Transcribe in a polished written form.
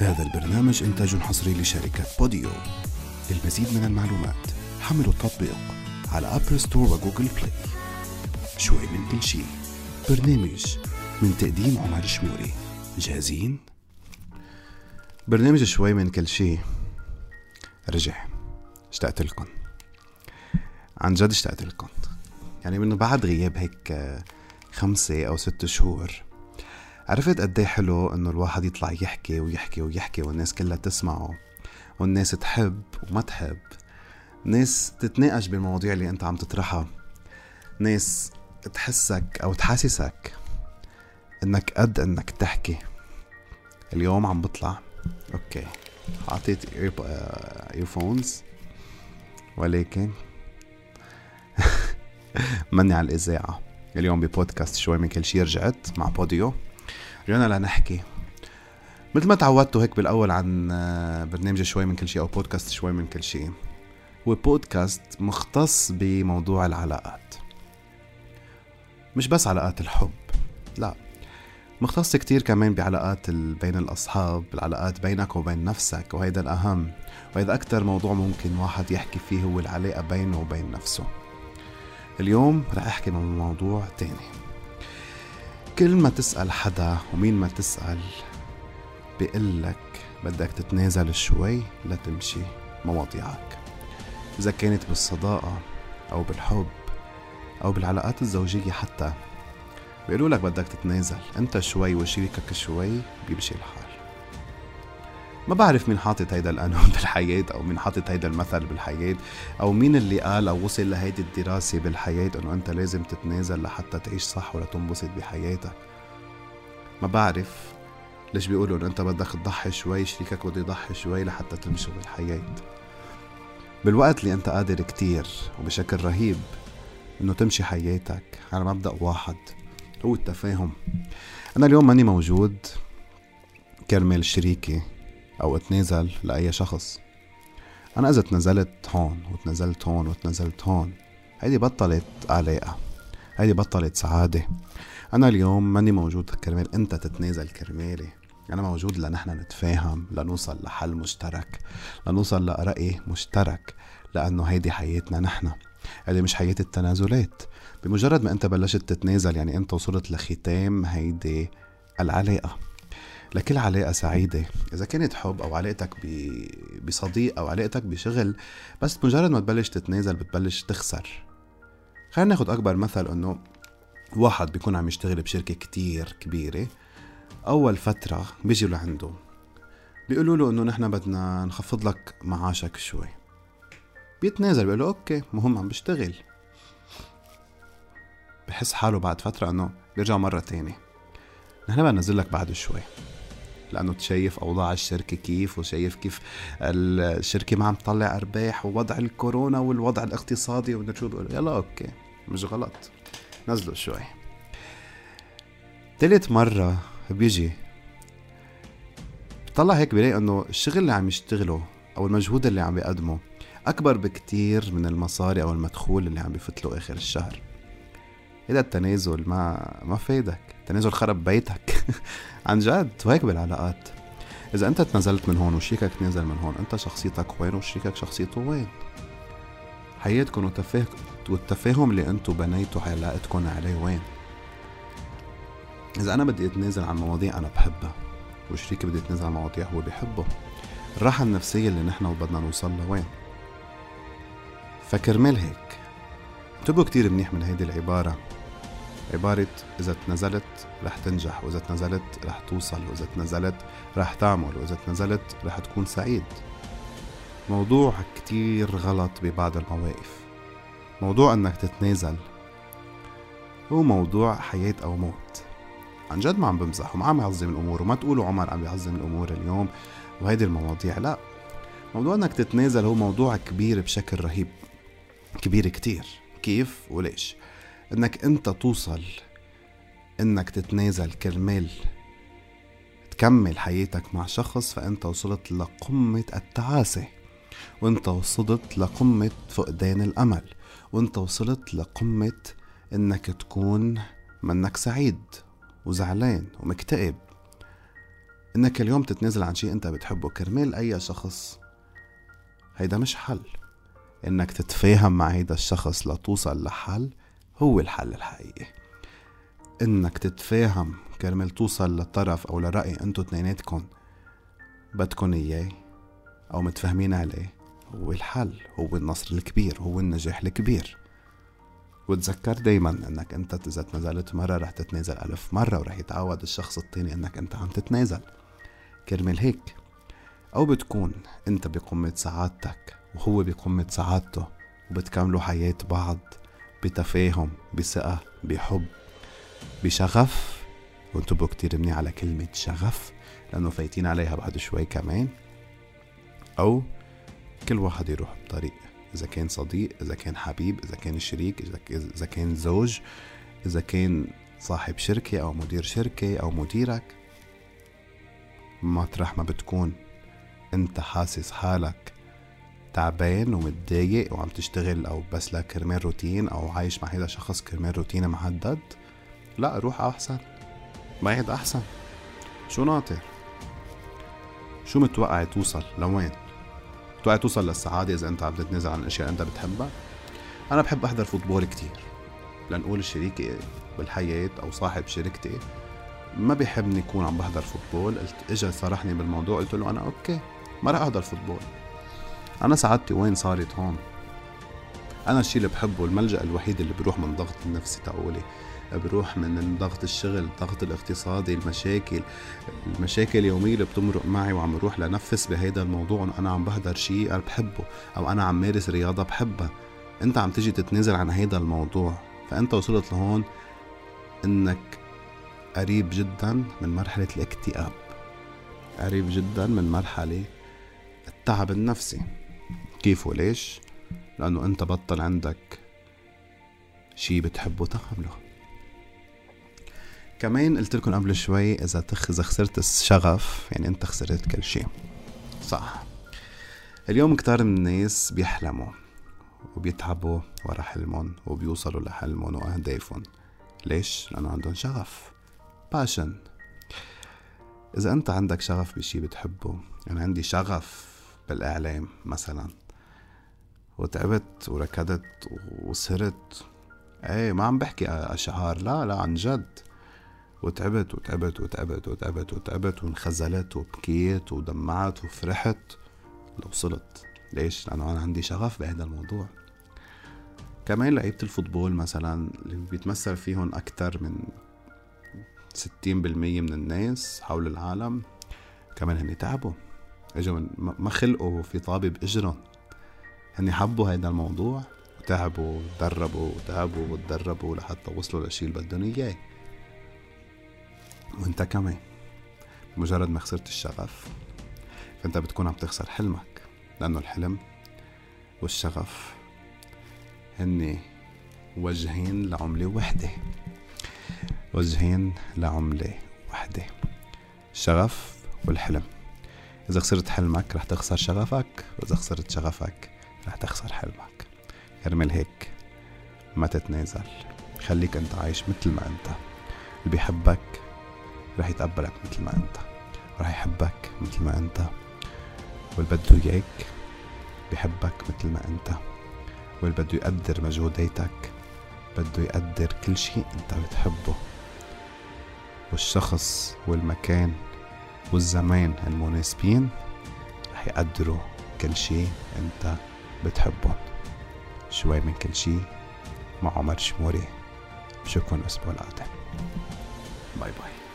هذا البرنامج إنتاج حصري لشركة بوديو. للمزيد من المعلومات حملوا التطبيق على أبل ستور وجوجل بلاي. شوي من كل شي، برنامج من تقديم عمر شموري. جاهزين؟ برنامج شوي من كل شي رجع. اشتقت لكم، عن جد اشتقت لكم. يعني من بعد غياب هيك 5 أو 6 شهور عرفت قد ايه حلو انه الواحد يطلع يحكي ويحكي ويحكي، والناس كلها تسمعه، والناس تحب وما تحب، ناس تتناقش بالمواضيع اللي انت عم تطرحها، ناس تحسك او تحسسك انك قد انك تحكي. اليوم عم بطلع اوكي، حاطيت ايرفونز ولكن مني على الاذاعه. اليوم ببودكاست شوي من كل شي رجعت مع بوديو. رجعنا لنحكي مثل ما تعودتوا هيك بالأول عن برنامج شوي من كل شيء أو بودكاست شوي من كل شيء. هو بودكاست مختص بموضوع العلاقات، مش بس علاقات الحب، لا، مختص كتير كمان بعلاقات بين الأصحاب، العلاقات بينك وبين نفسك، وهيدا الأهم، وهيدا أكتر موضوع ممكن واحد يحكي فيه هو العلاقة بينه وبين نفسه. اليوم رح أحكي عن موضوع تاني. كل ما تسأل حدا ومين ما تسأل بيقلك بدك تتنازل شوي لتمشي مواضيعك، إذا كانت بالصداقة أو بالحب أو بالعلاقات الزوجية حتى بيقولوا لك بدك تتنازل أنت شوي وشريكك شوي بيمشي الحال. ما بعرف مين حاطط هيدا القانون بالحياة، أو مين حاطط هيدا المثل بالحياة، أو مين اللي قال أو وصل لهيدي الدراسة بالحياة أنه أنت لازم تتنازل لحتى تعيش صح ولا تنبسط بحياتك. ما بعرف ليش بيقولوا أنه أنت بدك تضحي شوي، شريكك بده يضحي شوي لحتى تمشي بالحياة، بالوقت اللي أنت قادر كتير وبشكل رهيب أنه تمشي حياتك على مبدأ واحد، هو التفاهم. أنا اليوم ماني موجود كرمال شريكي أو اتنازل لأي شخص. أنا إذا تنزلت هون وتنزلت هون وتنزلت هون، هيدي بطلت علاقة، هيدي بطلت سعادة. أنا اليوم ماني موجود كرمال أنت تتنازل كرمالي، أنا موجود لنحن نتفاهم، لنوصل لحل مشترك، لنوصل لرأي مشترك، لأنه هيدي حياتنا نحن، هيدي مش حياة التنازلات. بمجرد ما أنت بلشت تتنازل يعني أنت وصلت لختام هيدي العلاقة. لكل علاقة سعيدة، إذا كانت حب أو علاقتك بصديق أو علاقتك بشغل، بس مجرد ما تبلش تتنازل بتبلش تخسر. خلينا ناخد أكبر مثل، أنه واحد بيكون عم يشتغل بشركة كتير كبيرة، أول فترة بيجوا لعنده بيقولوا له أنه نحن بدنا نخفض لك معاشك شوي، بيتنازل بيقول له أوكي، مهم عم بشتغل. بحس حاله بعد فترة أنه بيرجع مرة تاني، نحن بننزل لك بعد شوي، لأنه تشايف أوضاع الشركة كيف، وشايف كيف الشركة ما عم تطلع أرباح، ووضع الكورونا والوضع الاقتصادي، ونشوف بيقول يلا أوكي مش غلط نزلوا شوي. تالت مرة بيجي بطلع هيك بيلاقي أنه الشغل اللي عم يشتغله أو المجهود اللي عم بيقدمه أكبر بكتير من المصاري أو المدخول اللي عم بيفتله آخر الشهر. إذا التنازل ما فايدك، التنازل خرب بيتك عن جد. وهيك بالعلاقات، إذا أنت تنزلت من هون وشريكك تنزل من هون، أنت شخصيتك وين وشريكك شخصيته وين؟ حياتكم والتفاهم اللي أنتوا بنيتوا علاقتكم عليه وين؟ إذا أنا بدي أتنازل عن مواضيع أنا بحبها وشريكي بدي يتنازل عن مواضيع هو بيحبه، الراحة النفسية اللي نحن بدنا نوصل لها وين؟ فكرمال هيك انتبهوا كتير منيح من هيدي العبارة، عبارة إذا تنزلت رح تنجح، وإذا تنزلت رح توصل، وإذا تنزلت رح تعمل، وإذا تنزلت رح تكون سعيد. موضوع كتير غلط ببعض المواقف. موضوع أنك تتنازل هو موضوع حياة أو موت. عن جد ما عم بمزح وما عم يعظم الأمور، وما تقولوا عمر عم يعظم الأمور اليوم وهيدي المواضيع، لا. موضوع أنك تتنازل هو موضوع كبير بشكل رهيب، كبير كتير. كيف وليش؟ انك انت توصل انك تتنازل كرمال تكمل حياتك مع شخص، فانت وصلت لقمة التعاسة، وانت وصلت لقمة فقدان الامل، وانت وصلت لقمة انك تكون منك سعيد وزعلان ومكتئب. انك اليوم تتنازل عن شيء انت بتحبه كرمال اي شخص، هيدا مش حل. انك تتفاهم مع هيدا الشخص لتوصل لحل هو الحل الحقيقي. انك تتفاهم كرمال توصل لطرف او لرأي انتو اتنيناتكن بدكن اياه او متفاهمين عليه هو الحل، هو النصر الكبير، هو النجاح الكبير. وتذكر دايما انك انت اذا تنازلت مرة رح تتنازل 1000 مرة، ورح يتعود الشخص التاني انك انت عم تتنازل كرمال هيك. او بتكون انت بقمة سعادتك وهو بقمة سعادته، وبتكملوا حياة بعض بتفاهم، بثقة، بحب، بشغف. وانتبهوا كتير مني على كلمة شغف لانه فايتين عليها بعد شوي كمان. او كل واحد يروح بطريق، اذا كان صديق، اذا كان حبيب، اذا كان شريك، اذا كان زوج، اذا كان صاحب شركة او مدير شركة او مديرك. مطرح ما بتكون انت حاسس حالك تعبان ومتضايق وعم تشتغل او بس لكرمال روتين، او عايش مع هذا الشخص كرمال روتين محدد، لا روح احسن، بعيد احسن. شو ناطر؟ شو متوقع توصل لوين؟ متوقع توصل للسعادة اذا انت عم تتنازل عن الاشياء اللي انت بتحبها؟ انا بحب احضر فوتبول كتير، لنقول شريكي بالحياة او صاحب شركتي ما بيحبني يكون عم بحضر فوتبول. اجا صارحني بالموضوع، قلت له انا اوكي ما رح احضر فوتبول. انا سعادتي وين صارت هون؟ انا الشيء اللي بحبه، الملجأ الوحيد اللي بروح من ضغط النفسي تقولي، بروح من ضغط الشغل، الضغط الاقتصادي، المشاكل اليومية اللي بتمرق معي، وعم بروح لنفس بهيدا الموضوع انه انا عم بحضر شيء انا بحبه، او انا عم مارس رياضة بحبها. انت عم تجي تتنازل عن هيدا الموضوع، فانت وصلت لهون انك قريب جدا من مرحلة الاكتئاب، قريب جدا من مرحلة التعب النفسي. كيف وليش؟ لأنه أنت بطل عندك شي بتحبه تعمله. كمان قلت لكم قبل شوي إذا خسرت الشغف يعني أنت خسرت كل شي. صح. اليوم كتار من الناس بيحلموا وبيتعبوا ورا حلمهم وبيوصلوا لحلمهم وأهدافهم. ليش؟ لأنه عندهم شغف، باشن. إذا أنت عندك شغف بشي بتحبه، يعني عندي شغف بالإعلام مثلا، وتعبت وركضت وسهرت، ايه ما عم بحكي أشعار، لا عن جد، وتعبت وتعبت وتعبت وتعبت وتعبت وانخزلت وبكيت ودمعت وفرحت لوصلت. ليش؟ لأنه أنا عندي شغف بهذا الموضوع. كمان لعيبة الفوتبول مثلا اللي بيتمثل فيهم أكتر من 60% من الناس حول العالم، كمان هني تعبوا، اجوا ما خلقوا في طابة بإجرهم، هني حبوا هيدا الموضوع وتعبوا وتدربوا وتعبوا وتدربوا لحتى وصلوا لشي اللي بدهم اياه. وانت كمان مجرد ما خسرت الشغف فانت بتكون عم تخسر حلمك، لانه الحلم والشغف هني وجهين لعملة وحدة، وجهين لعملة وحدة، الشغف والحلم. إذا خسرت حلمك رح تخسر شغفك، وإذا خسرت شغفك رح تخسر حلمك. كرمال هيك ما تتنازل، خليك أنت عايش مثل ما أنت. اللي بيحبك رح يتقبلك مثل ما أنت، رح يحبك مثل ما أنت، واللي بده إياك بيحبك مثل ما أنت، واللي بده يقدر مجهوداتك بده يقدر كل شيء أنت بتحبه. والشخص والمكان والزمان المناسبين رح يقدروا كل شيء انت بتحبه. شوي من كل شيء مع عمر شموري. بشوفكن الأسبوع القادم. باي باي.